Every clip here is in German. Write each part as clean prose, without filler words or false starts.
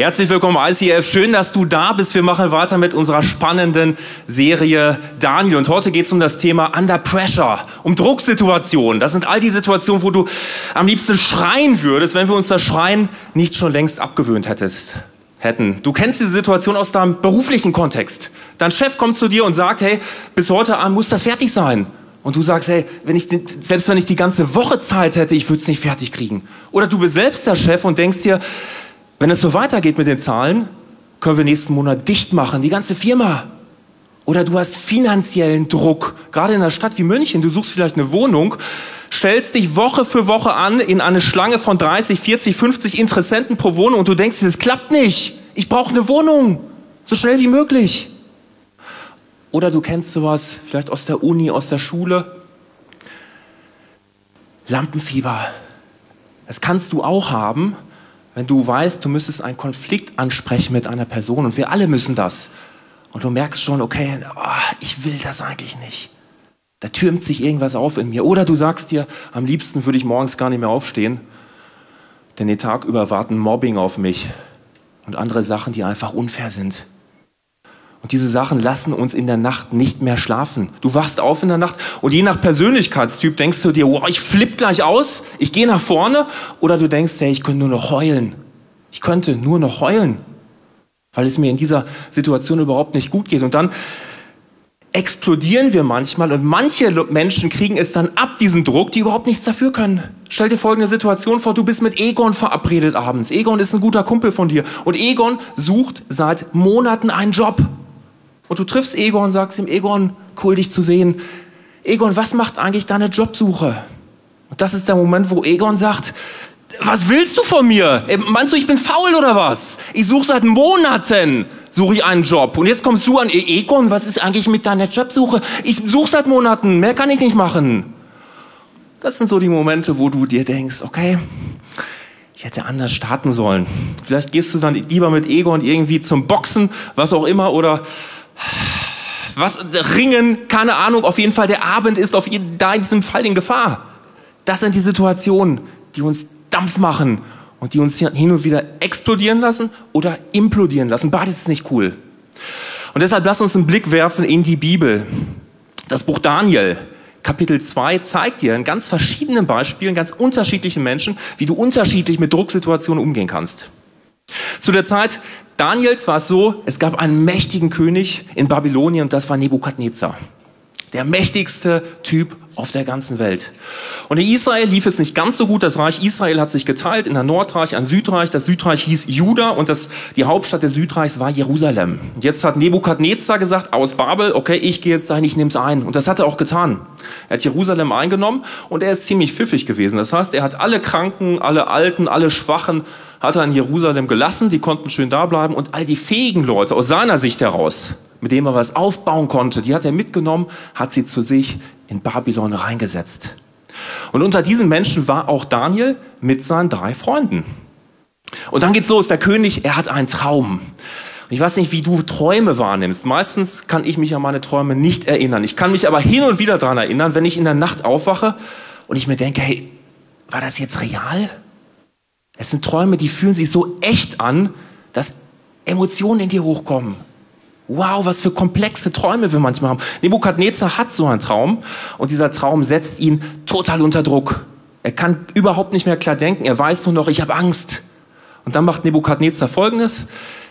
Herzlich willkommen ICF, schön, dass du da bist. Wir machen weiter mit unserer spannenden Serie Daniel und heute geht es um das Thema Under Pressure, um Drucksituationen. Das sind all die Situationen, wo du am liebsten schreien würdest, wenn wir uns das Schreien nicht schon längst abgewöhnt hätten. Du kennst diese Situation aus deinem beruflichen Kontext. Dein Chef kommt zu dir und sagt, hey, bis heute Abend muss das fertig sein. Und du sagst, hey, selbst wenn ich die ganze Woche Zeit hätte, ich würde es nicht fertig kriegen. Oder du bist selbst der Chef und denkst dir, wenn es so weitergeht mit den Zahlen, können wir nächsten Monat dicht machen, die ganze Firma. Oder du hast finanziellen Druck, gerade in einer Stadt wie München. Du suchst vielleicht eine Wohnung, stellst dich Woche für Woche an in eine Schlange von 30, 40, 50 Interessenten pro Wohnung und du denkst dir, das klappt nicht. Ich brauche eine Wohnung, so schnell wie möglich. Oder du kennst sowas vielleicht aus der Uni, aus der Schule. Lampenfieber. Das kannst du auch haben, wenn du weißt, du müsstest einen Konflikt ansprechen mit einer Person und wir alle müssen das. Und du merkst schon, okay, ich will das eigentlich nicht. Da türmt sich irgendwas auf in mir. Oder du sagst dir, am liebsten würde ich morgens gar nicht mehr aufstehen, denn den Tag über warten Mobbing auf mich und andere Sachen, die einfach unfair sind. Und diese Sachen lassen uns in der Nacht nicht mehr schlafen. Du wachst auf in der Nacht und je nach Persönlichkeitstyp denkst du dir, wow, ich flippe gleich aus, ich gehe nach vorne. Oder du denkst, hey, ich könnte nur noch heulen. Ich könnte nur noch heulen, weil es mir in dieser Situation überhaupt nicht gut geht. Und dann explodieren wir manchmal und manche Menschen kriegen es dann ab, diesen Druck, die überhaupt nichts dafür können. Stell dir folgende Situation vor, du bist mit Egon verabredet abends. Egon ist ein guter Kumpel von dir und Egon sucht seit Monaten einen Job. Und du triffst Egon und sagst ihm, Egon, cool dich zu sehen. Egon, was macht eigentlich deine Jobsuche? Und das ist der Moment, wo Egon sagt, was willst du von mir? Meinst du, ich bin faul oder was? Ich suche seit Monaten, suche ich einen Job. Und jetzt kommst du an, Egon, was ist eigentlich mit deiner Jobsuche? Ich suche seit Monaten, mehr kann ich nicht machen. Das sind so die Momente, wo du dir denkst, okay, ich hätte anders starten sollen. Vielleicht gehst du dann lieber mit Egon irgendwie zum Boxen, was auch immer, oder was, Ringen, keine Ahnung, auf jeden Fall, der Abend ist da in diesem Fall in Gefahr. Das sind die Situationen, die uns Dampf machen und die uns hin und wieder explodieren lassen oder implodieren lassen. Beides ist nicht cool. Und deshalb lass uns einen Blick werfen in die Bibel. Das Buch Daniel, Kapitel 2, zeigt dir in ganz verschiedenen Beispielen, ganz unterschiedlichen Menschen, wie du unterschiedlich mit Drucksituationen umgehen kannst. Zu der Zeit Daniels war es so, es gab einen mächtigen König in Babylonien und das war Nebukadnezar. Der mächtigste Typ auf der ganzen Welt. Und in Israel lief es nicht ganz so gut. Das Reich Israel hat sich geteilt in ein Nordreich, ein Südreich. Das Südreich hieß Juda und die Hauptstadt des Südreichs war Jerusalem. Jetzt hat Nebukadnezar gesagt, aus Babel, okay, ich gehe jetzt dahin, ich nehme es ein. Und das hat er auch getan. Er hat Jerusalem eingenommen und er ist ziemlich pfiffig gewesen. Das heißt, er hat alle Kranken, alle Alten, alle Schwachen hat er in Jerusalem gelassen. Die konnten schön da bleiben und all die fähigen Leute aus seiner Sicht heraus, mit denen er was aufbauen konnte, die hat er mitgenommen, hat sie zu sich in Babylon reingesetzt. Und unter diesen Menschen war auch Daniel mit seinen 3 Freunden. Und dann geht's los, der König, er hat einen Traum. Und ich weiß nicht, wie du Träume wahrnimmst. Meistens kann ich mich an meine Träume nicht erinnern. Ich kann mich aber hin und wieder daran erinnern, wenn ich in der Nacht aufwache und ich mir denke, hey, war das jetzt real? Es sind Träume, die fühlen sich so echt an, dass Emotionen in dir hochkommen. Wow, was für komplexe Träume wir manchmal haben. Nebukadnezar hat so einen Traum und dieser Traum setzt ihn total unter Druck. Er kann überhaupt nicht mehr klar denken, er weiß nur noch, ich habe Angst. Und dann macht Nebukadnezar Folgendes,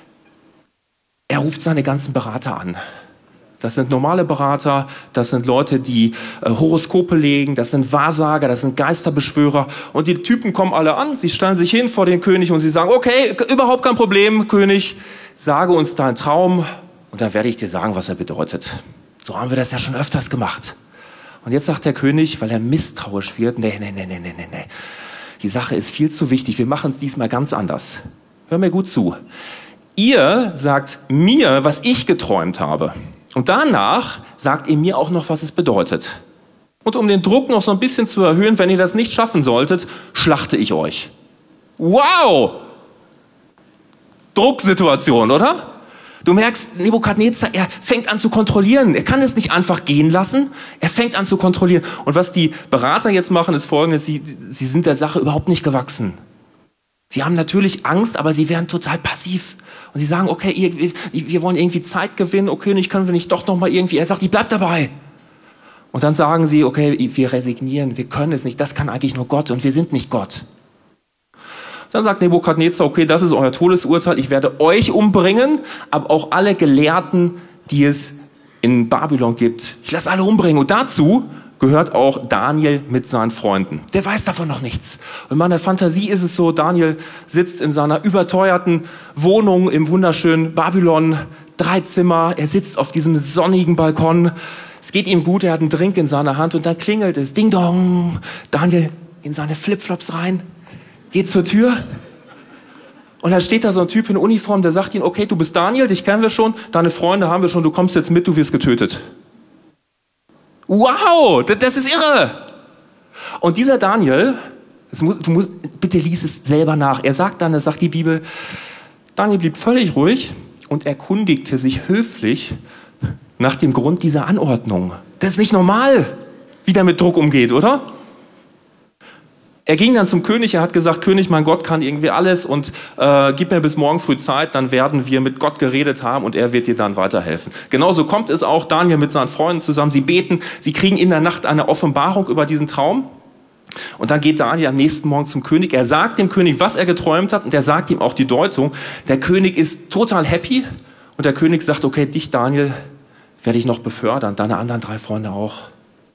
er ruft seine ganzen Berater an. Das sind normale Berater, das sind Leute, die Horoskope legen, das sind Wahrsager, das sind Geisterbeschwörer. Und die Typen kommen alle an, sie stellen sich hin vor den König und sie sagen, okay, überhaupt kein Problem, König, sage uns deinen Traum. Und dann werde ich dir sagen, was er bedeutet. So haben wir das ja schon öfters gemacht. Und jetzt sagt der König, weil er misstrauisch wird, nee. Die Sache ist viel zu wichtig, wir machen es diesmal ganz anders. Hör mir gut zu. Ihr sagt mir, was ich geträumt habe. Und danach sagt ihr mir auch noch, was es bedeutet. Und um den Druck noch so ein bisschen zu erhöhen, wenn ihr das nicht schaffen solltet, schlachte ich euch. Wow! Drucksituation, oder? Du merkst, Nebukadnezar, er fängt an zu kontrollieren. Er kann es nicht einfach gehen lassen. Er fängt an zu kontrollieren. Und was die Berater jetzt machen, ist Folgendes. Sie sind der Sache überhaupt nicht gewachsen. Sie haben natürlich Angst, aber sie werden total passiv. Und sie sagen, okay, wir wollen irgendwie Zeit gewinnen, okay, nicht können wir nicht doch nochmal irgendwie, er sagt, ich bleib dabei. Und dann sagen sie, okay, wir resignieren, wir können es nicht, das kann eigentlich nur Gott und wir sind nicht Gott. Dann sagt Nebukadnezar, okay, das ist euer Todesurteil, ich werde euch umbringen, aber auch alle Gelehrten, die es in Babylon gibt. Ich lasse alle umbringen. Und dazu gehört auch Daniel mit seinen Freunden. Der weiß davon noch nichts. Und in meiner Fantasie ist es so, Daniel sitzt in seiner überteuerten Wohnung im wunderschönen Babylon, 3 Zimmer, er sitzt auf diesem sonnigen Balkon, es geht ihm gut, er hat einen Drink in seiner Hand und dann klingelt es, Ding Dong, Daniel in seine Flipflops rein, geht zur Tür und dann steht da so ein Typ in Uniform, der sagt ihm, okay, du bist Daniel, dich kennen wir schon, deine Freunde haben wir schon, du kommst jetzt mit, du wirst getötet. Wow, das ist irre. Und dieser Daniel, bitte lies es selber nach, er sagt dann, das sagt die Bibel, Daniel blieb völlig ruhig und erkundigte sich höflich nach dem Grund dieser Anordnung. Das ist nicht normal, wie der mit Druck umgeht, oder? Er ging dann zum König, er hat gesagt, König, mein Gott kann irgendwie alles und gib mir bis morgen früh Zeit, dann werden wir mit Gott geredet haben und er wird dir dann weiterhelfen. Genauso kommt es auch, Daniel mit seinen Freunden zusammen, sie beten, sie kriegen in der Nacht eine Offenbarung über diesen Traum und dann geht Daniel am nächsten Morgen zum König, er sagt dem König, was er geträumt hat und er sagt ihm auch die Deutung. Der König ist total happy und der König sagt, okay, dich Daniel werde ich noch befördern, deine anderen 3 Freunde auch.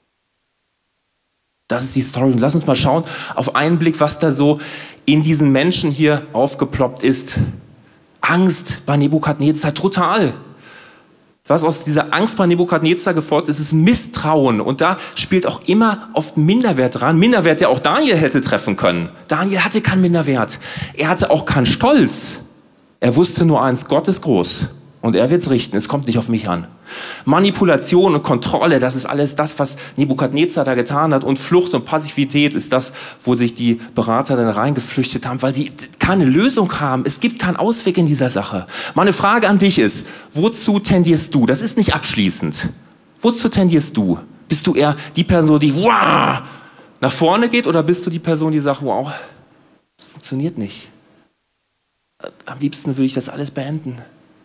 Das ist die Story. Und lass uns mal schauen auf einen Blick, was da so in diesen Menschen hier aufgeploppt ist. Angst bei Nebukadnezar, total. Was aus dieser Angst bei Nebukadnezar gefolgt ist, ist Misstrauen. Und da spielt auch immer oft Minderwert dran. Minderwert, der auch Daniel hätte treffen können. Daniel hatte keinen Minderwert. Er hatte auch keinen Stolz. Er wusste nur eins, Gott ist groß. Und er wird's richten, es kommt nicht auf mich an. Manipulation und Kontrolle, das ist alles das, was Nebukadnezar da getan hat. Und Flucht und Passivität ist das, wo sich die Berater dann reingeflüchtet haben, weil sie keine Lösung haben. Es gibt keinen Ausweg in dieser Sache. Meine Frage an dich ist, wozu tendierst du? Das ist nicht abschließend. Wozu tendierst du? Bist du eher die Person, die wow, nach vorne geht, oder bist du die Person, die sagt, wow, das funktioniert nicht? Am liebsten würde ich das alles beenden.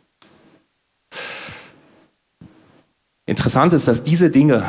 Interessant ist, dass diese Dinge,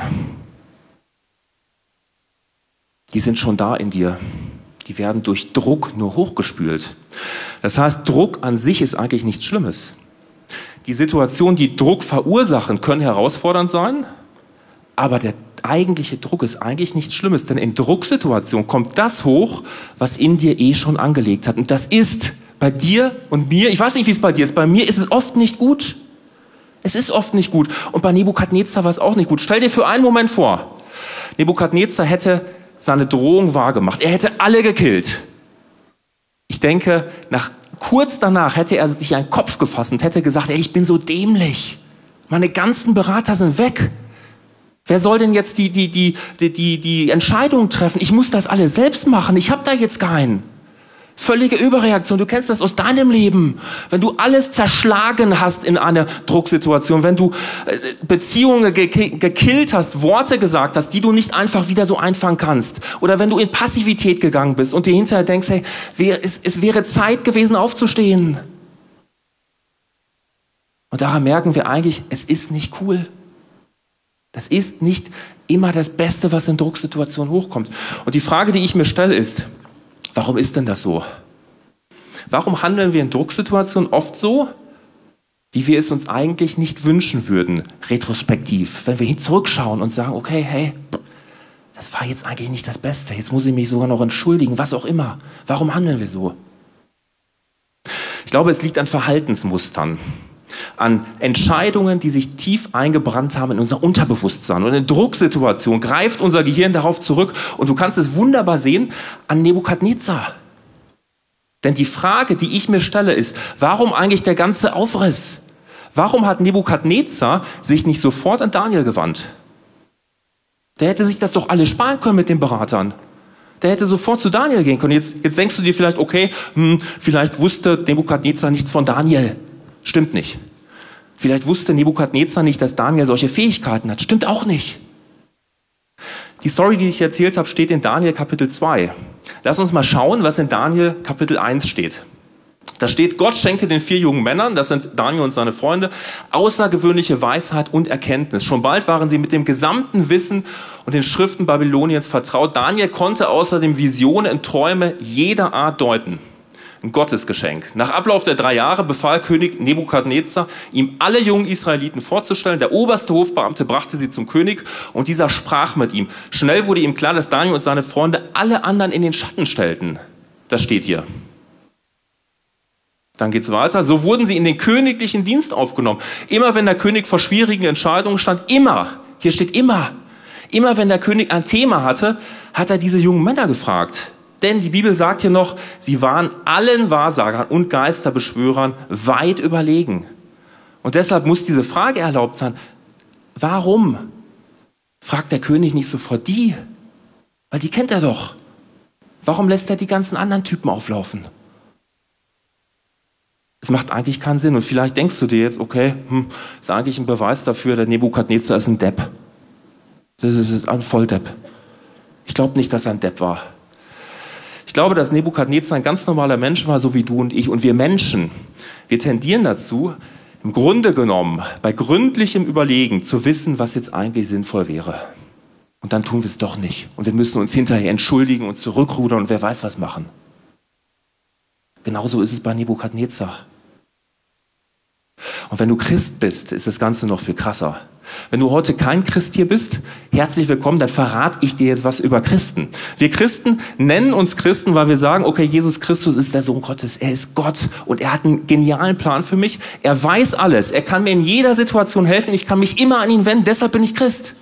die sind schon da in dir. Die werden durch Druck nur hochgespült. Das heißt, Druck an sich ist eigentlich nichts Schlimmes. Die Situationen, die Druck verursachen, können herausfordernd sein, aber der eigentliche Druck ist eigentlich nichts Schlimmes, denn in Drucksituationen kommt das hoch, was in dir schon angelegt hat. Und das ist bei dir und mir, ich weiß nicht, wie es bei dir ist, bei mir ist es oft nicht gut. Es ist oft nicht gut. Und bei Nebukadnezar war es auch nicht gut. Stell dir für einen Moment vor, Nebukadnezar hätte seine Drohung wahrgemacht. Er hätte alle gekillt. Ich denke, kurz danach hätte er sich einen Kopf gefasst und hätte gesagt, ey, ich bin so dämlich. Meine ganzen Berater sind weg. Wer soll denn jetzt die Entscheidungen treffen? Ich muss das alles selbst machen. Ich habe da jetzt keinen. Völlige Überreaktion, du kennst das aus deinem Leben. Wenn du alles zerschlagen hast in einer Drucksituation, wenn du Beziehungen gekillt hast, Worte gesagt hast, die du nicht einfach wieder so einfangen kannst. Oder wenn du in Passivität gegangen bist und dir hinterher denkst, hey, es wäre Zeit gewesen aufzustehen. Und daran merken wir eigentlich, es ist nicht cool. Das ist nicht immer das Beste, was in Drucksituationen hochkommt. Und die Frage, die ich mir stelle, ist, warum ist denn das so? Warum handeln wir in Drucksituationen oft so, wie wir es uns eigentlich nicht wünschen würden, retrospektiv? Wenn wir zurückschauen und sagen, okay, hey, das war jetzt eigentlich nicht das Beste, jetzt muss ich mich sogar noch entschuldigen, was auch immer. Warum handeln wir so? Ich glaube, es liegt an Verhaltensmustern, an Entscheidungen, die sich tief eingebrannt haben in unser Unterbewusstsein. Und in Drucksituationen greift unser Gehirn darauf zurück. Und du kannst es wunderbar sehen an Nebukadnezar. Denn die Frage, die ich mir stelle, ist, warum eigentlich der ganze Aufriss? Warum hat Nebukadnezar sich nicht sofort an Daniel gewandt? Der hätte sich das doch alles sparen können mit den Beratern. Der hätte sofort zu Daniel gehen können. Jetzt denkst du dir vielleicht, okay, vielleicht wusste Nebukadnezar nichts von Daniel. Stimmt nicht. Vielleicht wusste Nebukadnezar nicht, dass Daniel solche Fähigkeiten hat. Stimmt auch nicht. Die Story, die ich erzählt habe, steht in Daniel Kapitel 2. Lass uns mal schauen, was in Daniel Kapitel 1 steht. Da steht, Gott schenkte den 4 jungen Männern, das sind Daniel und seine Freunde, außergewöhnliche Weisheit und Erkenntnis. Schon bald waren sie mit dem gesamten Wissen und den Schriften Babyloniens vertraut. Daniel konnte außerdem Visionen und Träume jeder Art deuten. Ein Gottesgeschenk. Nach Ablauf der 3 Jahre befahl König Nebukadnezar, ihm alle jungen Israeliten vorzustellen. Der oberste Hofbeamte brachte sie zum König und dieser sprach mit ihm. Schnell wurde ihm klar, dass Daniel und seine Freunde alle anderen in den Schatten stellten. Das steht hier. Dann geht's weiter. So wurden sie in den königlichen Dienst aufgenommen. Immer wenn der König vor schwierigen Entscheidungen stand, hier steht immer wenn der König ein Thema hatte, hat er diese jungen Männer gefragt. Denn die Bibel sagt hier noch, sie waren allen Wahrsagern und Geisterbeschwörern weit überlegen. Und deshalb muss diese Frage erlaubt sein, warum fragt der König nicht sofort die? Weil die kennt er doch. Warum lässt er die ganzen anderen Typen auflaufen? Es macht eigentlich keinen Sinn. Und vielleicht denkst du dir jetzt, okay, ist eigentlich ein Beweis dafür, der Nebukadnezar ist ein Depp. Das ist ein Volldepp. Ich glaube nicht, dass er ein Depp war. Ich glaube, dass Nebukadnezar ein ganz normaler Mensch war, so wie du und ich. Und wir Menschen, wir tendieren dazu, im Grunde genommen, bei gründlichem Überlegen zu wissen, was jetzt eigentlich sinnvoll wäre. Und dann tun wir es doch nicht. Und wir müssen uns hinterher entschuldigen und zurückrudern und wer weiß was machen. Genauso ist es bei Nebukadnezar. Und wenn du Christ bist, ist das Ganze noch viel krasser. Wenn du heute kein Christ hier bist, herzlich willkommen, dann verrate ich dir jetzt was über Christen. Wir Christen nennen uns Christen, weil wir sagen, okay, Jesus Christus ist der Sohn Gottes, er ist Gott und er hat einen genialen Plan für mich. Er weiß alles, er kann mir in jeder Situation helfen, ich kann mich immer an ihn wenden, deshalb bin ich Christ.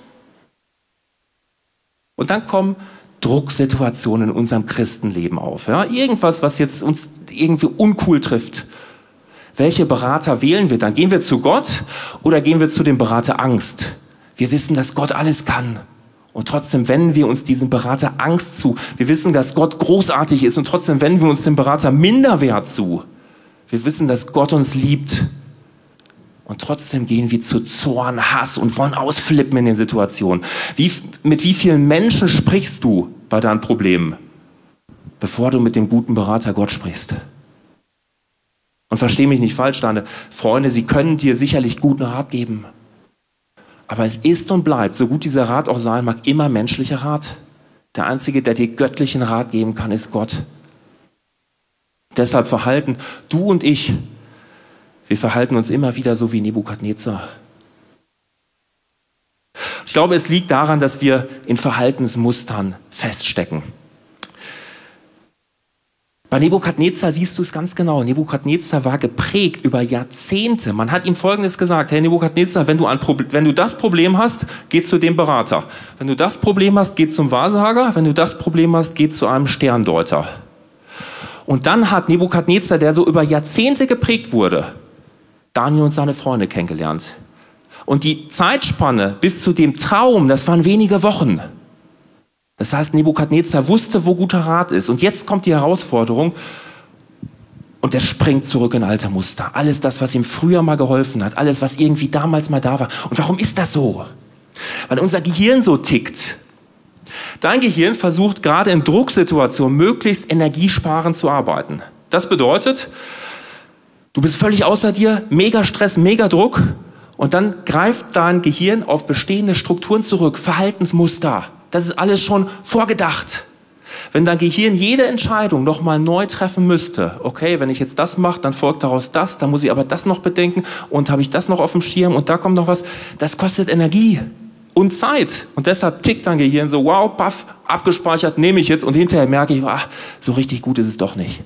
Und dann kommen Drucksituationen in unserem Christenleben auf. Ja? Irgendwas, was jetzt uns irgendwie uncool trifft. Welche Berater wählen wir dann? Gehen wir zu Gott oder gehen wir zu dem Berater Angst? Wir wissen, dass Gott alles kann. Und trotzdem wenden wir uns diesem Berater Angst zu. Wir wissen, dass Gott großartig ist und trotzdem wenden wir uns dem Berater Minderwert zu. Wir wissen, dass Gott uns liebt. Und trotzdem gehen wir zu Zorn, Hass und wollen ausflippen in den Situationen. Mit wie vielen Menschen sprichst du bei deinen Problemen, bevor du mit dem guten Berater Gott sprichst? Und versteh mich nicht falsch, deine Freunde, sie können dir sicherlich guten Rat geben. Aber es ist und bleibt, so gut dieser Rat auch sein mag, immer menschlicher Rat. Der Einzige, der dir göttlichen Rat geben kann, ist Gott. Deshalb verhalten du und ich, wir verhalten uns immer wieder so wie Nebukadnezar. Ich glaube, es liegt daran, dass wir in Verhaltensmustern feststecken. Bei Nebukadnezar siehst du es ganz genau. Nebukadnezar war geprägt über Jahrzehnte. Man hat ihm Folgendes gesagt: Hey Nebukadnezar, wenn du das Problem hast, geh zu dem Berater. Wenn du das Problem hast, geh zum Wahrsager. Wenn du das Problem hast, geh zu einem Sterndeuter. Und dann hat Nebukadnezar, der so über Jahrzehnte geprägt wurde, Daniel und seine Freunde kennengelernt. Und die Zeitspanne bis zu dem Traum, das waren wenige Wochen. Das heißt, Nebukadnezar wusste, wo guter Rat ist. Und jetzt kommt die Herausforderung und er springt zurück in alte Muster. Alles das, was ihm früher mal geholfen hat, alles, was irgendwie damals mal da war. Und warum ist das so? Weil unser Gehirn so tickt. Dein Gehirn versucht gerade in Drucksituationen möglichst energiesparend zu arbeiten. Das bedeutet, du bist völlig außer dir, mega Stress, mega Druck und dann greift dein Gehirn auf bestehende Strukturen zurück, Verhaltensmuster. Das ist alles schon vorgedacht. Wenn dein Gehirn jede Entscheidung nochmal neu treffen müsste, okay, wenn ich jetzt das mache, dann folgt daraus das, dann muss ich aber das noch bedenken und habe ich das noch auf dem Schirm und da kommt noch was, das kostet Energie und Zeit. Und deshalb tickt dein Gehirn so, wow, paff, abgespeichert, nehme ich jetzt und hinterher merke ich, so richtig gut ist es doch nicht.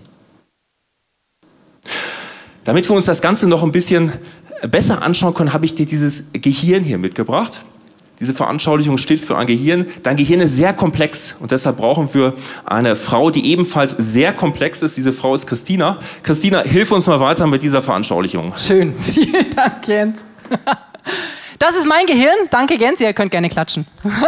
Damit wir uns das Ganze noch ein bisschen besser anschauen können, habe ich dir dieses Gehirn hier mitgebracht. Diese Veranschaulichung steht für ein Gehirn. Dein Gehirn ist sehr komplex und deshalb brauchen wir eine Frau, die ebenfalls sehr komplex ist. Diese Frau ist Christina. Christina, hilf uns mal weiter mit dieser Veranschaulichung. Schön. Vielen Dank, Jens. Das ist mein Gehirn. Danke, Jens. Ihr könnt gerne klatschen.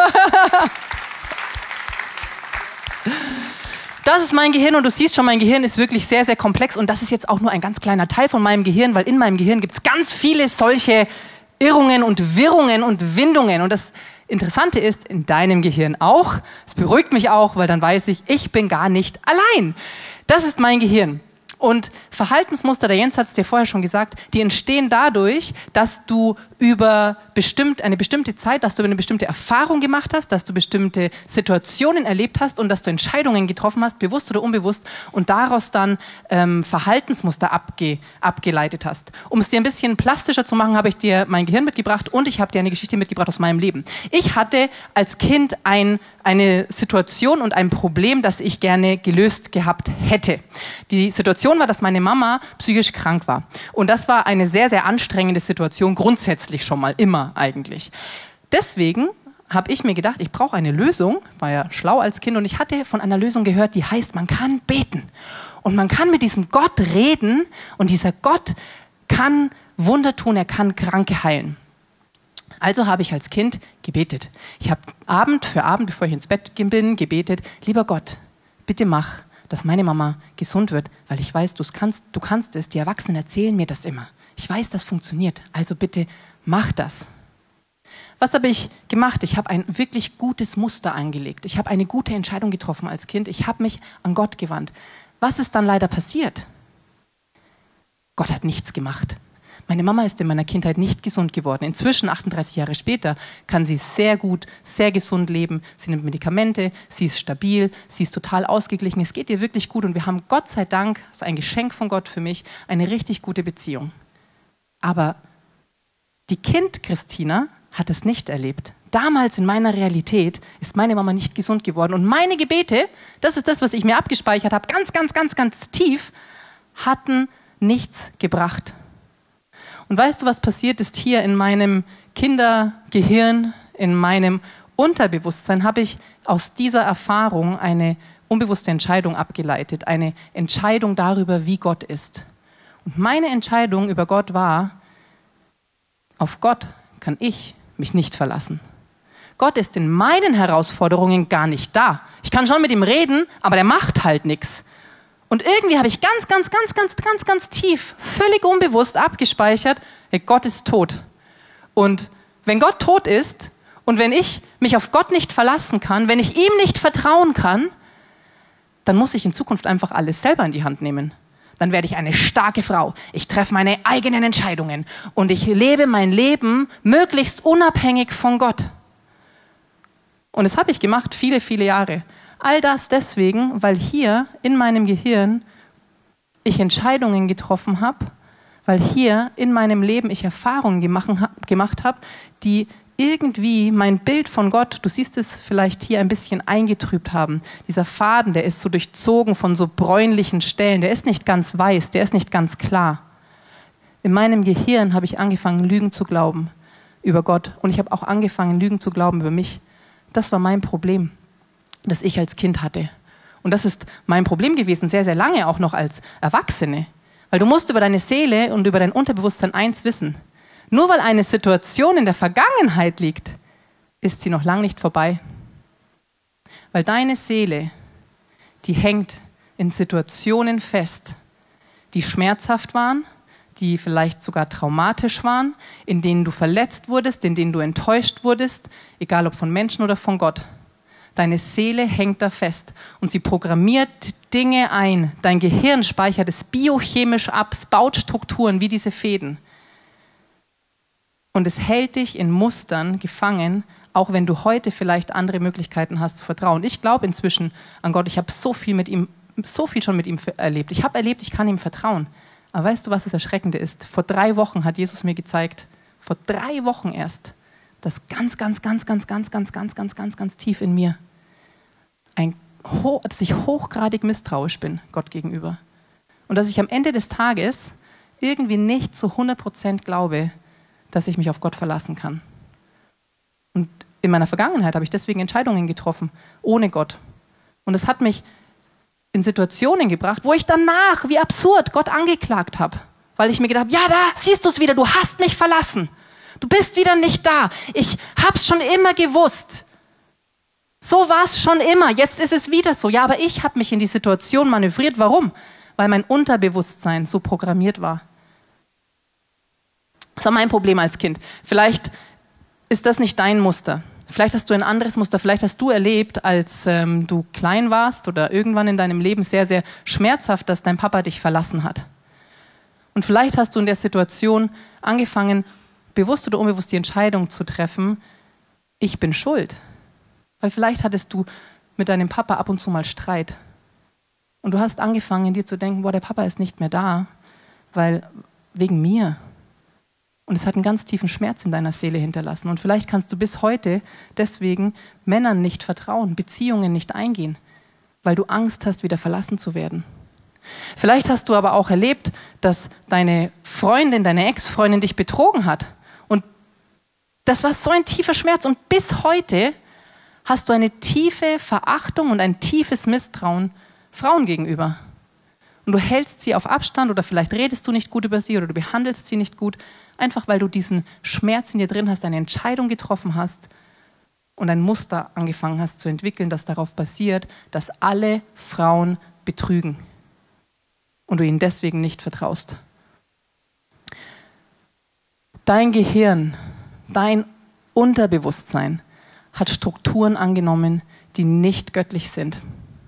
Das ist mein Gehirn und du siehst schon, mein Gehirn ist wirklich sehr, sehr komplex und das ist jetzt auch nur ein ganz kleiner Teil von meinem Gehirn, weil in meinem Gehirn gibt es ganz viele solche Irrungen und Wirrungen und Windungen. Und das Interessante ist, in deinem Gehirn auch. Es beruhigt mich auch, weil dann weiß ich, ich bin gar nicht allein. Das ist mein Gehirn. Und Verhaltensmuster, der Jens hat es dir vorher schon gesagt, die entstehen dadurch, dass du über eine bestimmte Zeit, dass du eine bestimmte Erfahrung gemacht hast, dass du bestimmte Situationen erlebt hast und dass du Entscheidungen getroffen hast, bewusst oder unbewusst, und daraus dann Verhaltensmuster abgeleitet hast. Um es dir ein bisschen plastischer zu machen, habe ich dir mein Gehirn mitgebracht und ich habe dir eine Geschichte mitgebracht aus meinem Leben. Ich hatte als Kind eine Situation und ein Problem, das ich gerne gelöst gehabt hätte. Die Situation war, dass meine Mama psychisch krank war. Und das war eine sehr, sehr anstrengende Situation, grundsätzlich schon mal, immer eigentlich. Deswegen habe ich mir gedacht, ich brauche eine Lösung, war ja schlau als Kind, und ich hatte von einer Lösung gehört, die heißt, man kann beten. Und man kann mit diesem Gott reden und dieser Gott kann Wunder tun, er kann Kranke heilen. Also habe ich als Kind gebetet. Ich habe Abend für Abend, bevor ich ins Bett bin, gebetet, lieber Gott, bitte mach, dass meine Mama gesund wird, weil ich weiß, du kannst es. Die Erwachsenen erzählen mir das immer. Ich weiß, das funktioniert. Also bitte mach das. Was habe ich gemacht? Ich habe ein wirklich gutes Muster angelegt. Ich habe eine gute Entscheidung getroffen als Kind. Ich habe mich an Gott gewandt. Was ist dann leider passiert? Gott hat nichts gemacht. Meine Mama ist in meiner Kindheit nicht gesund geworden. Inzwischen, 38 Jahre später, kann sie sehr gut, sehr gesund leben. Sie nimmt Medikamente, sie ist stabil, sie ist total ausgeglichen. Es geht ihr wirklich gut und wir haben Gott sei Dank, das ist ein Geschenk von Gott für mich, eine richtig gute Beziehung. Aber die Kind-Christina hat es nicht erlebt. Damals in meiner Realität ist meine Mama nicht gesund geworden. Und meine Gebete, das ist das, was ich mir abgespeichert habe, ganz, ganz, ganz, ganz tief, hatten nichts gebracht. Und weißt du, was passiert ist hier in meinem Kindergehirn, in meinem Unterbewusstsein, habe ich aus dieser Erfahrung eine unbewusste Entscheidung abgeleitet, eine Entscheidung darüber, wie Gott ist. Und meine Entscheidung über Gott war, auf Gott kann ich mich nicht verlassen. Gott ist in meinen Herausforderungen gar nicht da. Ich kann schon mit ihm reden, aber der macht halt nichts. Und irgendwie habe ich ganz tief, völlig unbewusst abgespeichert, Gott ist tot. Und wenn Gott tot ist und wenn ich mich auf Gott nicht verlassen kann, wenn ich ihm nicht vertrauen kann, dann muss ich in Zukunft einfach alles selber in die Hand nehmen. Dann werde ich eine starke Frau. Ich treffe meine eigenen Entscheidungen und ich lebe mein Leben möglichst unabhängig von Gott. Und das habe ich gemacht, viele, viele Jahre. All das deswegen, weil hier in meinem Gehirn ich Entscheidungen getroffen habe, weil hier in meinem Leben ich Erfahrungen gemacht habe, die irgendwie mein Bild von Gott, du siehst es vielleicht hier ein bisschen eingetrübt haben. Dieser Faden, der ist so durchzogen von so bräunlichen Stellen, der ist nicht ganz weiß, der ist nicht ganz klar. In meinem Gehirn habe ich angefangen, Lügen zu glauben über Gott und ich habe auch angefangen, Lügen zu glauben über mich. Das war mein Problem, das ich als Kind hatte. Und das ist mein Problem gewesen, sehr, sehr lange, auch noch als Erwachsene. Weil du musst über deine Seele und über dein Unterbewusstsein eins wissen. Nur weil eine Situation in der Vergangenheit liegt, ist sie noch lange nicht vorbei. Weil deine Seele, die hängt in Situationen fest, die schmerzhaft waren, die vielleicht sogar traumatisch waren, in denen du verletzt wurdest, in denen du enttäuscht wurdest, egal ob von Menschen oder von Gott. Deine Seele hängt da fest und sie programmiert Dinge ein. Dein Gehirn speichert es biochemisch ab, es baut Strukturen wie diese Fäden. Und es hält dich in Mustern gefangen, auch wenn du heute vielleicht andere Möglichkeiten hast zu vertrauen. Ich glaube inzwischen an Gott, ich habe so viel schon mit ihm erlebt. Ich habe erlebt, ich kann ihm vertrauen. Aber weißt du, was das Erschreckende ist? Vor 3 Wochen hat Jesus mir gezeigt, vor 3 Wochen erst, dass ganz tief in mir, dass ich hochgradig misstrauisch bin Gott gegenüber. Und dass ich am Ende des Tages irgendwie nicht zu 100% glaube, dass ich mich auf Gott verlassen kann. Und in meiner Vergangenheit habe ich deswegen Entscheidungen getroffen, ohne Gott. Und es hat mich in Situationen gebracht, wo ich danach, wie absurd, Gott angeklagt habe. Weil ich mir gedacht habe, ja, da siehst du es wieder, du hast mich verlassen. Du bist wieder nicht da. Ich hab's schon immer gewusst. So war es schon immer. Jetzt ist es wieder so. Ja, aber ich habe mich in die Situation manövriert. Warum? Weil mein Unterbewusstsein so programmiert war. Das war mein Problem als Kind. Vielleicht ist das nicht dein Muster. Vielleicht hast du ein anderes Muster. Vielleicht hast du erlebt, als du klein warst oder irgendwann in deinem Leben sehr, sehr schmerzhaft, dass dein Papa dich verlassen hat. Und vielleicht hast du in der Situation angefangen, bewusst oder unbewusst die Entscheidung zu treffen, ich bin schuld. Weil vielleicht hattest du mit deinem Papa ab und zu mal Streit. Und du hast angefangen, dir zu denken, boah, der Papa ist nicht mehr da, weil wegen mir. Und es hat einen ganz tiefen Schmerz in deiner Seele hinterlassen. Und vielleicht kannst du bis heute deswegen Männern nicht vertrauen, Beziehungen nicht eingehen, weil du Angst hast, wieder verlassen zu werden. Vielleicht hast du aber auch erlebt, dass deine Freundin, deine Ex-Freundin dich betrogen hat. Und das war so ein tiefer Schmerz. Und bis heute hast du eine tiefe Verachtung und ein tiefes Misstrauen Frauen gegenüber. Und du hältst sie auf Abstand oder vielleicht redest du nicht gut über sie oder du behandelst sie nicht gut, einfach weil du diesen Schmerz in dir drin hast, eine Entscheidung getroffen hast und ein Muster angefangen hast zu entwickeln, das darauf basiert, dass alle Frauen betrügen und du ihnen deswegen nicht vertraust. Dein Gehirn, dein Unterbewusstsein hat Strukturen angenommen, die nicht göttlich sind.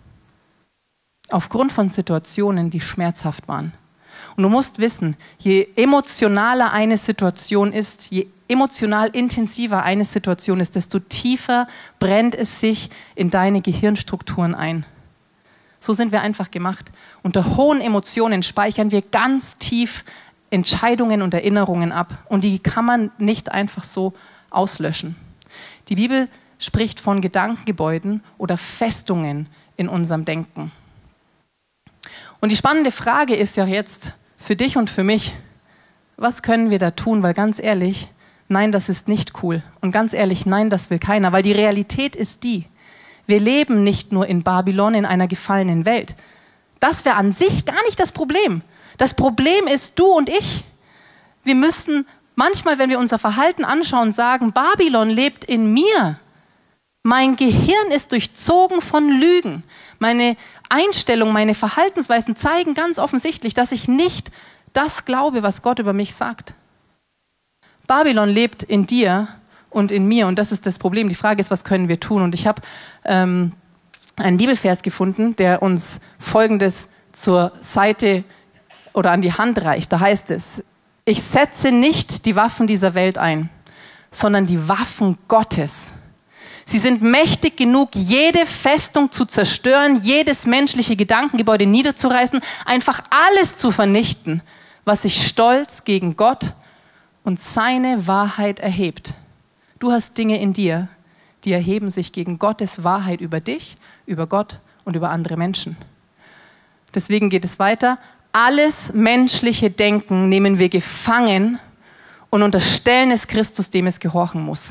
Aufgrund von Situationen, die schmerzhaft waren. Und du musst wissen, je emotionaler eine Situation ist, je emotional intensiver eine Situation ist, desto tiefer brennt es sich in deine Gehirnstrukturen ein. So sind wir einfach gemacht. Unter hohen Emotionen speichern wir ganz tief Entscheidungen und Erinnerungen ab. Und die kann man nicht einfach so auslöschen. Die Bibel spricht von Gedankengebäuden oder Festungen in unserem Denken. Und die spannende Frage ist ja jetzt für dich und für mich, was können wir da tun? Weil ganz ehrlich, nein, das ist nicht cool. Und ganz ehrlich, nein, das will keiner. Weil die Realität ist die, wir leben nicht nur in Babylon, in einer gefallenen Welt. Das wäre an sich gar nicht das Problem. Das Problem ist du und ich. Wir müssen manchmal, wenn wir unser Verhalten anschauen, sagen, Babylon lebt in mir. Mein Gehirn ist durchzogen von Lügen. Meine Einstellung, meine Verhaltensweisen zeigen ganz offensichtlich, dass ich nicht das glaube, was Gott über mich sagt. Babylon lebt in dir und in mir und das ist das Problem. Die Frage ist, was können wir tun? Und ich habe einen Bibelvers gefunden, der uns Folgendes zur Seite oder an die Hand reicht. Da heißt es, ich setze nicht die Waffen dieser Welt ein, sondern die Waffen Gottes. Sie sind mächtig genug, jede Festung zu zerstören, jedes menschliche Gedankengebäude niederzureißen, einfach alles zu vernichten, was sich stolz gegen Gott und seine Wahrheit erhebt. Du hast Dinge in dir, die erheben sich gegen Gottes Wahrheit über dich, über Gott und über andere Menschen. Deswegen geht es weiter. Alles menschliche Denken nehmen wir gefangen und unterstellen es Christus, dem es gehorchen muss.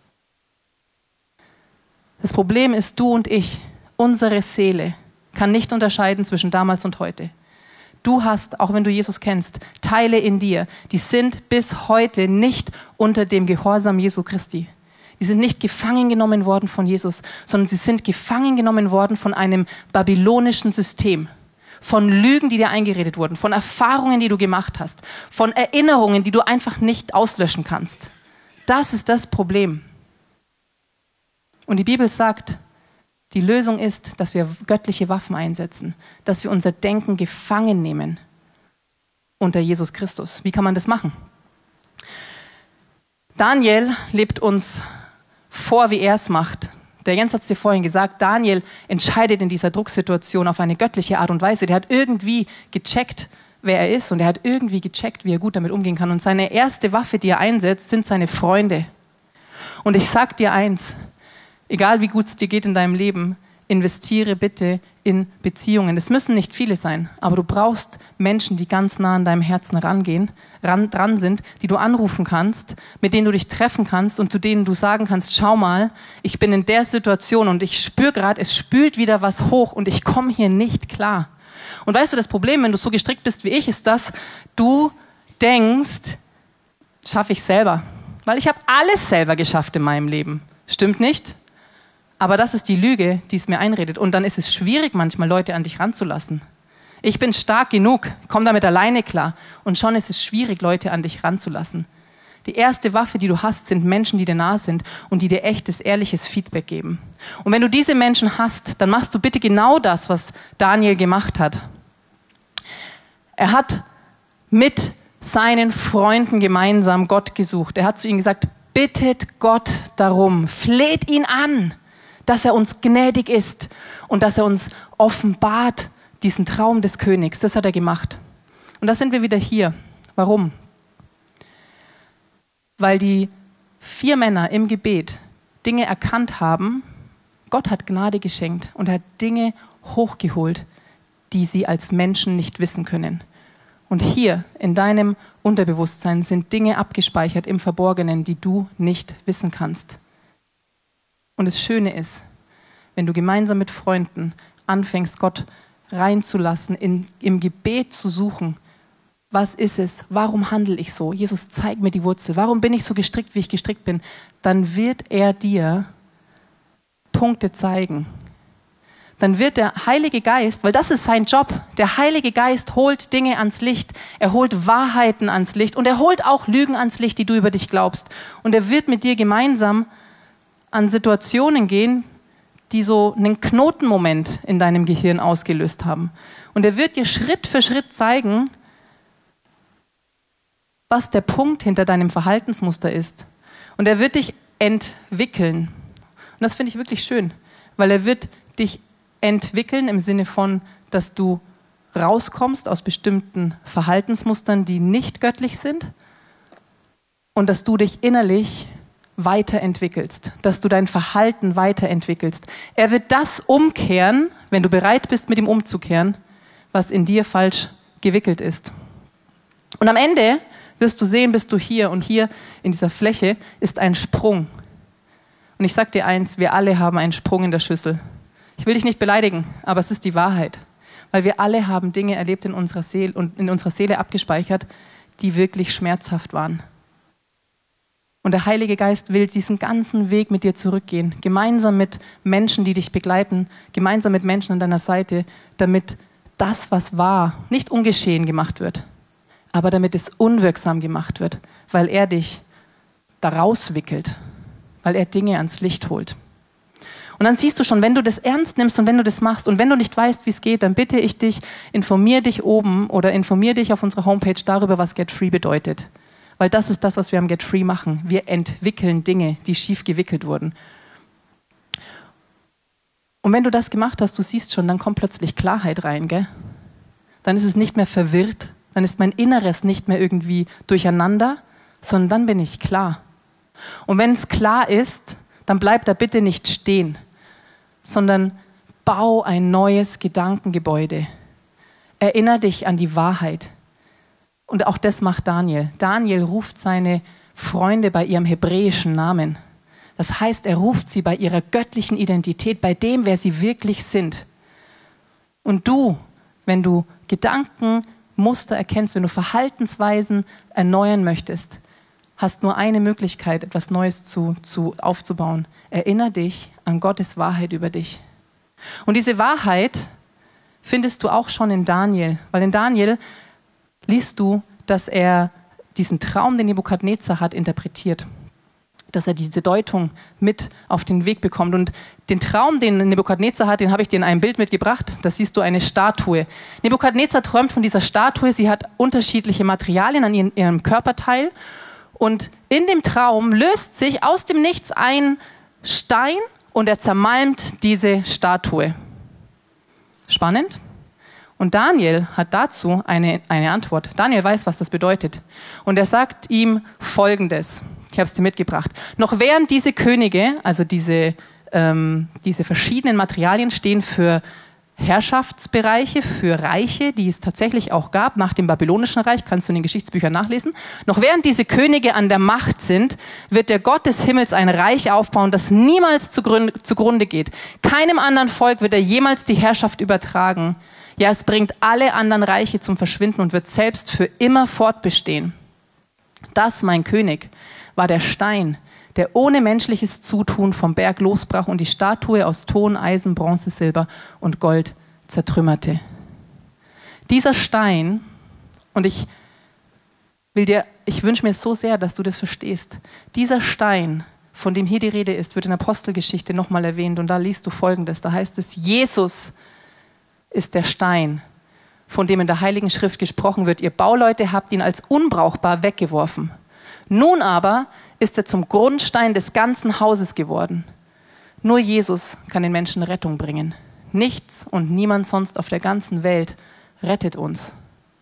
Das Problem ist, du und ich, unsere Seele, kann nicht unterscheiden zwischen damals und heute. Du hast, auch wenn du Jesus kennst, Teile in dir, die sind bis heute nicht unter dem Gehorsam Jesu Christi. Die sind nicht gefangen genommen worden von Jesus, sondern sie sind gefangen genommen worden von einem babylonischen System. Von Lügen, die dir eingeredet wurden, von Erfahrungen, die du gemacht hast, von Erinnerungen, die du einfach nicht auslöschen kannst. Das ist das Problem. Und die Bibel sagt, die Lösung ist, dass wir göttliche Waffen einsetzen, dass wir unser Denken gefangen nehmen unter Jesus Christus. Wie kann man das machen? Daniel lebt uns vor, wie er es macht. Der Jens hat es dir vorhin gesagt, Daniel entscheidet in dieser Drucksituation auf eine göttliche Art und Weise. Der hat irgendwie gecheckt, wer er ist und er hat irgendwie gecheckt, wie er gut damit umgehen kann. Und seine erste Waffe, die er einsetzt, sind seine Freunde. Und ich sag dir eins, egal wie gut es dir geht in deinem Leben, investiere bitte in Beziehungen. Es müssen nicht viele sein, aber du brauchst Menschen, die ganz nah an deinem Herzen dran sind, die du anrufen kannst, mit denen du dich treffen kannst und zu denen du sagen kannst, schau mal, ich bin in der Situation und ich spüre gerade, es spült wieder was hoch und ich komme hier nicht klar. Und weißt du, das Problem, wenn du so gestrickt bist wie ich, ist, dass du denkst, schaffe ich selber. Weil ich habe alles selber geschafft in meinem Leben. Stimmt nicht? Aber das ist die Lüge, die es mir einredet. Und dann ist es schwierig, manchmal Leute an dich ranzulassen. Ich bin stark genug, komm damit alleine klar. Und schon ist es schwierig, Leute an dich ranzulassen. Die erste Waffe, die du hast, sind Menschen, die dir nahe sind und die dir echtes, ehrliches Feedback geben. Und wenn du diese Menschen hast, dann machst du bitte genau das, was Daniel gemacht hat. Er hat mit seinen Freunden gemeinsam Gott gesucht. Er hat zu ihnen gesagt, bittet Gott darum, fleht ihn an, dass er uns gnädig ist und dass er uns offenbart, diesen Traum des Königs. Das hat er gemacht. Und da sind wir wieder hier. Warum? Weil die 4 Männer im Gebet Dinge erkannt haben, Gott hat Gnade geschenkt und er hat Dinge hochgeholt, die sie als Menschen nicht wissen können. Und hier in deinem Unterbewusstsein sind Dinge abgespeichert im Verborgenen, die du nicht wissen kannst. Und das Schöne ist, wenn du gemeinsam mit Freunden anfängst, Gott reinzulassen, im Gebet zu suchen, was ist es? Warum handle ich so? Jesus, zeig mir die Wurzel. Warum bin ich so gestrickt, wie ich gestrickt bin? Dann wird er dir Punkte zeigen. Dann wird der Heilige Geist, weil das ist sein Job, der Heilige Geist holt Dinge ans Licht, er holt Wahrheiten ans Licht und er holt auch Lügen ans Licht, die du über dich glaubst. Und er wird mit dir gemeinsam an Situationen gehen, die so einen Knotenmoment in deinem Gehirn ausgelöst haben. Und er wird dir Schritt für Schritt zeigen, was der Punkt hinter deinem Verhaltensmuster ist. Und er wird dich entwickeln. Und das finde ich wirklich schön, weil er wird dich entwickeln im Sinne von, dass du rauskommst aus bestimmten Verhaltensmustern, die nicht göttlich sind und dass du dich innerlich weiterentwickelst, dass du dein Verhalten weiterentwickelst. Er wird das umkehren, wenn du bereit bist, mit ihm umzukehren, was in dir falsch gewickelt ist. Und am Ende wirst du sehen, bist du hier und hier in dieser Fläche ist ein Sprung. Und ich sage dir eins, wir alle haben einen Sprung in der Schüssel. Ich will dich nicht beleidigen, aber es ist die Wahrheit. Weil wir alle haben Dinge erlebt in unserer Seele und in unserer Seele abgespeichert, die wirklich schmerzhaft waren. Und der Heilige Geist will diesen ganzen Weg mit dir zurückgehen, gemeinsam mit Menschen, die dich begleiten, gemeinsam mit Menschen an deiner Seite, damit das, was war, nicht ungeschehen gemacht wird, aber damit es unwirksam gemacht wird, weil er dich da rauswickelt, weil er Dinge ans Licht holt. Und dann siehst du schon, wenn du das ernst nimmst und wenn du das machst und wenn du nicht weißt, wie es geht, dann bitte ich dich, informier dich oben oder informier dich auf unserer Homepage darüber, was Get Free bedeutet. Weil das ist das, was wir am Get Free machen. Wir entwickeln Dinge, die schief gewickelt wurden. Und wenn du das gemacht hast, du siehst schon, dann kommt plötzlich Klarheit rein, gell? Dann ist es nicht mehr verwirrt, dann ist mein Inneres nicht mehr irgendwie durcheinander, sondern dann bin ich klar. Und wenn es klar ist, dann bleib da bitte nicht stehen, sondern bau ein neues Gedankengebäude. Erinnere dich an die Wahrheit. Und auch das macht Daniel. Daniel ruft seine Freunde bei ihrem hebräischen Namen. Das heißt, er ruft sie bei ihrer göttlichen Identität, bei dem, wer sie wirklich sind. Und du, wenn du Gedankenmuster erkennst, wenn du Verhaltensweisen erneuern möchtest, hast nur eine Möglichkeit, etwas Neues aufzubauen. Erinnere dich an Gottes Wahrheit über dich. Und diese Wahrheit findest du auch schon in Daniel, weil in Daniel liest du, dass er diesen Traum, den Nebukadnezar hat, interpretiert. Dass er diese Deutung mit auf den Weg bekommt. Und den Traum, den Nebukadnezar hat, den habe ich dir in einem Bild mitgebracht. Da siehst du eine Statue. Nebukadnezar träumt von dieser Statue. Sie hat unterschiedliche Materialien an ihrem Körperteil. Und in dem Traum löst sich aus dem Nichts ein Stein und er zermalmt diese Statue. Spannend. Und Daniel hat dazu eine Antwort. Daniel weiß, was das bedeutet. Und er sagt ihm Folgendes. Ich habe es dir mitgebracht. Noch während diese Könige, also diese verschiedenen Materialien stehen für Herrschaftsbereiche, für Reiche, die es tatsächlich auch gab, nach dem babylonischen Reich, kannst du in den Geschichtsbüchern nachlesen. Noch während diese Könige an der Macht sind, wird der Gott des Himmels ein Reich aufbauen, das niemals zugrunde geht. Keinem anderen Volk wird er jemals die Herrschaft übertragen. Ja, es bringt alle anderen Reiche zum Verschwinden und wird selbst für immer fortbestehen. Das, mein König, war der Stein, der ohne menschliches Zutun vom Berg losbrach und die Statue aus Ton, Eisen, Bronze, Silber und Gold zertrümmerte. Dieser Stein, und ich Ich wünsche mir so sehr, dass du das verstehst. Dieser Stein, von dem hier die Rede ist, wird in der Apostelgeschichte nochmal erwähnt und da liest du Folgendes. Da heißt es, Jesus ist der Stein, von dem in der Heiligen Schrift gesprochen wird. Ihr Bauleute habt ihn als unbrauchbar weggeworfen. Nun aber ist er zum Grundstein des ganzen Hauses geworden. Nur Jesus kann den Menschen Rettung bringen. Nichts und niemand sonst auf der ganzen Welt rettet uns.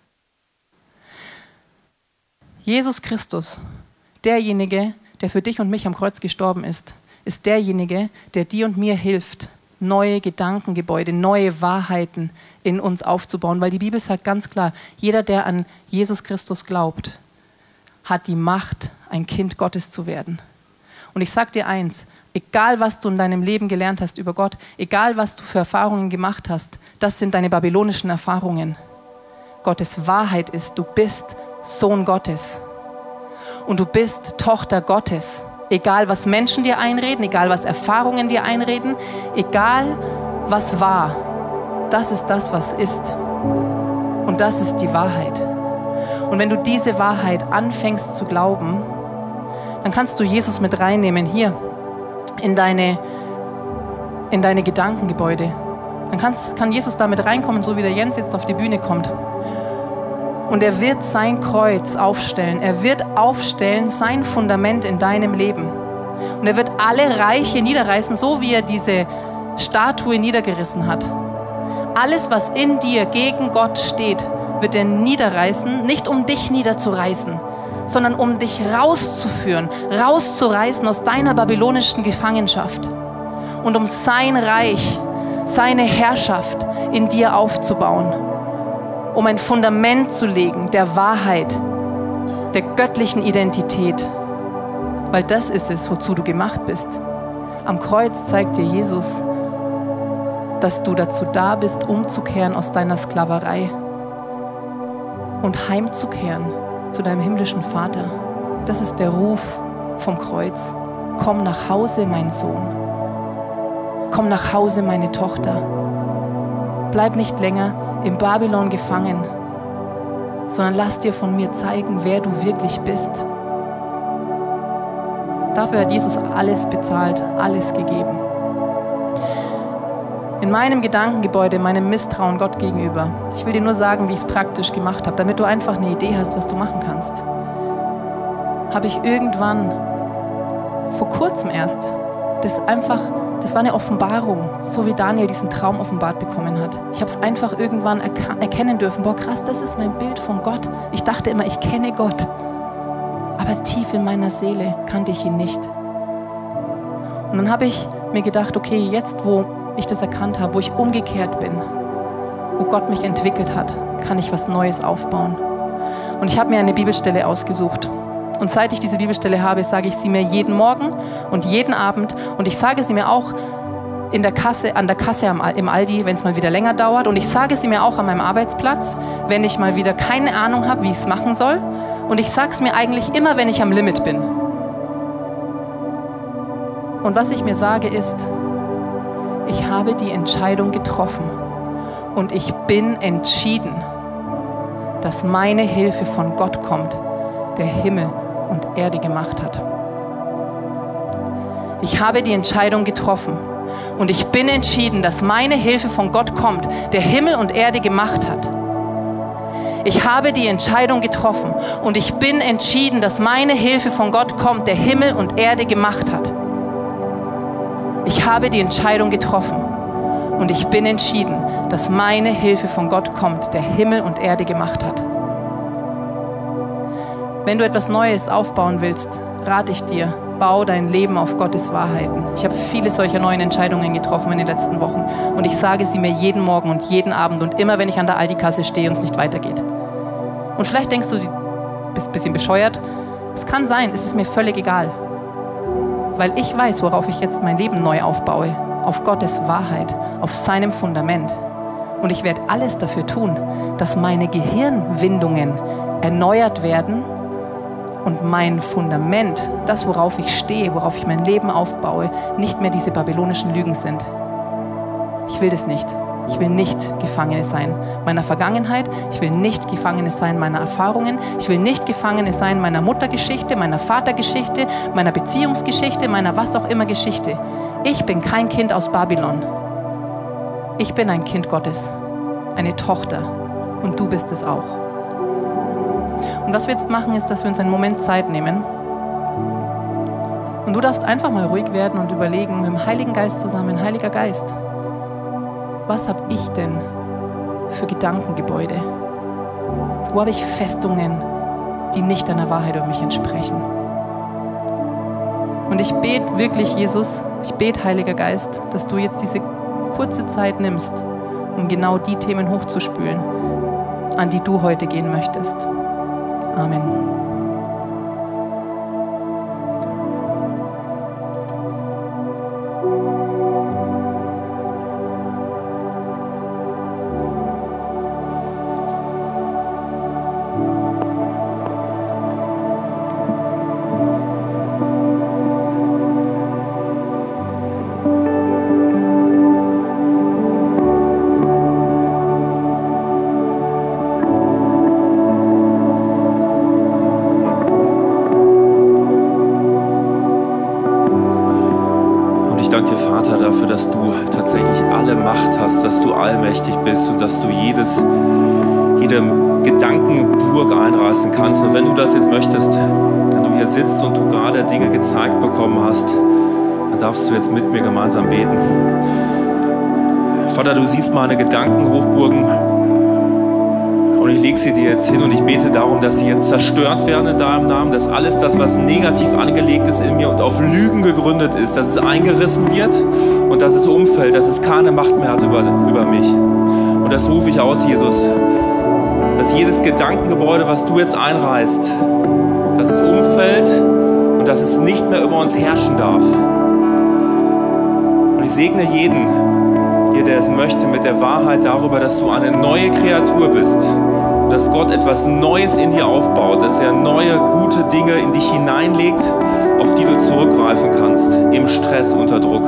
Jesus Christus, derjenige, der für dich und mich am Kreuz gestorben ist derjenige, der dir und mir hilft, neue Gedankengebäude, neue Wahrheiten in uns aufzubauen. Weil die Bibel sagt ganz klar, jeder, der an Jesus Christus glaubt, hat die Macht, ein Kind Gottes zu werden. Und ich sage dir eins, egal was du in deinem Leben gelernt hast über Gott, egal was du für Erfahrungen gemacht hast, das sind deine babylonischen Erfahrungen. Gottes Wahrheit ist, du bist Sohn Gottes und du bist Tochter Gottes. Egal was Menschen dir einreden, egal was Erfahrungen dir einreden, egal was war, das ist das, was ist. Und das ist die Wahrheit. Und wenn du diese Wahrheit anfängst zu glauben, dann kannst du Jesus mit reinnehmen hier in deine Gedankengebäude. Dann kann Jesus damit reinkommen, so wie der Jens jetzt auf die Bühne kommt. Und er wird sein Kreuz aufstellen. Er wird aufstellen sein Fundament in deinem Leben. Und er wird alle Reiche niederreißen, so wie er diese Statue niedergerissen hat. Alles, was in dir gegen Gott steht, wird er niederreißen, nicht um dich niederzureißen, sondern um dich rauszuführen, rauszureißen aus deiner babylonischen Gefangenschaft und um sein Reich, seine Herrschaft in dir aufzubauen, um ein Fundament zu legen der Wahrheit, der göttlichen Identität, weil das ist es, wozu du gemacht bist. Am Kreuz zeigt dir Jesus, dass du dazu da bist, umzukehren aus deiner Sklaverei und heimzukehren zu deinem himmlischen Vater. Das ist der Ruf vom Kreuz. Komm nach Hause, mein Sohn. Komm nach Hause, meine Tochter. Bleib nicht länger in Babylon gefangen, sondern lass dir von mir zeigen, wer du wirklich bist. Dafür hat Jesus alles bezahlt, alles gegeben. In meinem Gedankengebäude, meinem Misstrauen Gott gegenüber, ich will dir nur sagen, wie ich es praktisch gemacht habe, damit du einfach eine Idee hast, was du machen kannst, habe ich irgendwann, vor kurzem erst, das war eine Offenbarung, so wie Daniel diesen Traum offenbart bekommen hat. Ich habe es einfach irgendwann erkennen dürfen, boah krass, das ist mein Bild von Gott. Ich dachte immer, ich kenne Gott, aber tief in meiner Seele kannte ich ihn nicht. Und dann habe ich mir gedacht, okay, jetzt wo ich das erkannt habe, wo ich umgekehrt bin, wo Gott mich entwickelt hat, kann ich was Neues aufbauen. Und ich habe mir eine Bibelstelle ausgesucht. Und seit ich diese Bibelstelle habe, sage ich sie mir jeden Morgen und jeden Abend. Und ich sage sie mir auch an der Kasse im Aldi, wenn es mal wieder länger dauert. Und ich sage sie mir auch an meinem Arbeitsplatz, wenn ich mal wieder keine Ahnung habe, wie ich es machen soll. Und ich sage es mir eigentlich immer, wenn ich am Limit bin. Und was ich mir sage ist, ich habe die Entscheidung getroffen und ich bin entschieden, dass meine Hilfe von Gott kommt, der Himmel und Erde gemacht hat. Ich habe die Entscheidung getroffen und ich bin entschieden, dass meine Hilfe von Gott kommt, der Himmel und Erde gemacht hat. Ich habe die Entscheidung getroffen und ich bin entschieden, dass meine Hilfe von Gott kommt, der Himmel und Erde gemacht hat. Ich habe die Entscheidung getroffen und ich bin entschieden, dass meine Hilfe von Gott kommt, der Himmel und Erde gemacht hat. Wenn du etwas Neues aufbauen willst, rate ich dir, bau dein Leben auf Gottes Wahrheiten. Ich habe viele solcher neuen Entscheidungen getroffen in den letzten Wochen und ich sage sie mir jeden Morgen und jeden Abend und immer, wenn ich an der Aldi-Kasse stehe und es nicht weitergeht. Und vielleicht denkst du, du bist ein bisschen bescheuert. Es kann sein, es ist mir völlig egal. Weil ich weiß, worauf ich jetzt mein Leben neu aufbaue. Auf Gottes Wahrheit, auf seinem Fundament. Und ich werde alles dafür tun, dass meine Gehirnwindungen erneuert werden und mein Fundament, das, worauf ich stehe, worauf ich mein Leben aufbaue, nicht mehr diese babylonischen Lügen sind. Ich will das nicht. Ich will nicht Gefangene sein meiner Vergangenheit. Ich will nicht Gefangene sein meiner Erfahrungen. Ich will nicht Gefangene sein meiner Muttergeschichte, meiner Vatergeschichte, meiner Beziehungsgeschichte, meiner was auch immer Geschichte. Ich bin kein Kind aus Babylon. Ich bin ein Kind Gottes, eine Tochter. Und du bist es auch. Und was wir jetzt machen, ist, dass wir uns einen Moment Zeit nehmen. Und du darfst einfach mal ruhig werden und überlegen, mit dem Heiligen Geist zusammen, Heiliger Geist, was habe ich denn für Gedankengebäude? Wo habe ich Festungen, die nicht deiner Wahrheit über mich entsprechen? Und ich bete wirklich, Jesus, ich bete, Heiliger Geist, dass du jetzt diese kurze Zeit nimmst, um genau die Themen hochzuspülen, an die du heute gehen möchtest. Amen. Dafür, dass du tatsächlich alle Macht hast, dass du allmächtig bist und dass du jede Gedankenburg einreißen kannst. Und wenn du das jetzt möchtest, wenn du hier sitzt und du gerade Dinge gezeigt bekommen hast, dann darfst du jetzt mit mir gemeinsam beten. Vater, du siehst meine Gedankenhochburgen und ich lege sie dir jetzt hin und ich bete darum, dass sie jetzt zerstört werden in deinem Namen, dass alles das, was negativ angelegt ist in mir und auf Lügen gegründet ist, dass es eingerissen wird und dass es umfällt, dass es keine Macht mehr hat über mich. Und das rufe ich aus, Jesus, dass jedes Gedankengebäude, was du jetzt einreißt, dass es umfällt und dass es nicht mehr über uns herrschen darf. Und ich segne jeden, der es möchte, mit der Wahrheit darüber, dass du eine neue Kreatur bist, dass Gott etwas Neues in dir aufbaut, dass er neue, gute Dinge in dich hineinlegt, auf die du zurückgreifen kannst, im Stress, unter Druck.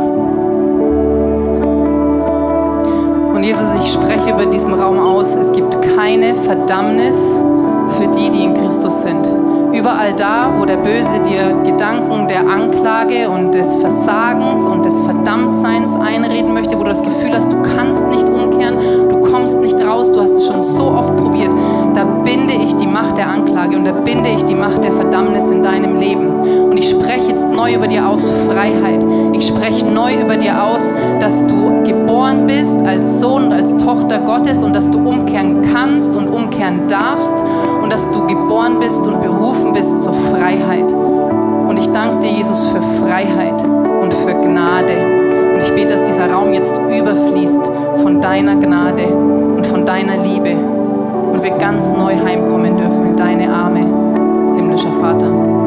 Und Jesus, ich spreche über diesen Raum aus, es gibt keine Verdammnis für die, die in Christus sind. Überall da, wo der Böse dir Gedanken der Anklage und des Versagens und des Verdammtseins einreden möchte, wo du das Gefühl hast, du kannst nicht umkehren, du kommst nicht raus, du hast es schon so oft probiert, da binde ich die Macht der Anklage und da binde ich die Macht der Verdammnis in deinem Leben. Und ich spreche jetzt neu über dir aus Freiheit. Ich spreche neu über dir aus, dass du geboren bist als Sohn und als Tochter Gottes und dass du umkehren kannst und umkehren darfst und dass du geboren bist und berufen bist zur Freiheit. Und ich danke dir, Jesus, für Freiheit und für Gnade. Und ich bete, dass dieser Raum jetzt überfließt von deiner Gnade und von deiner Liebe und wir ganz neu heimkommen dürfen in deine Arme, himmlischer Vater.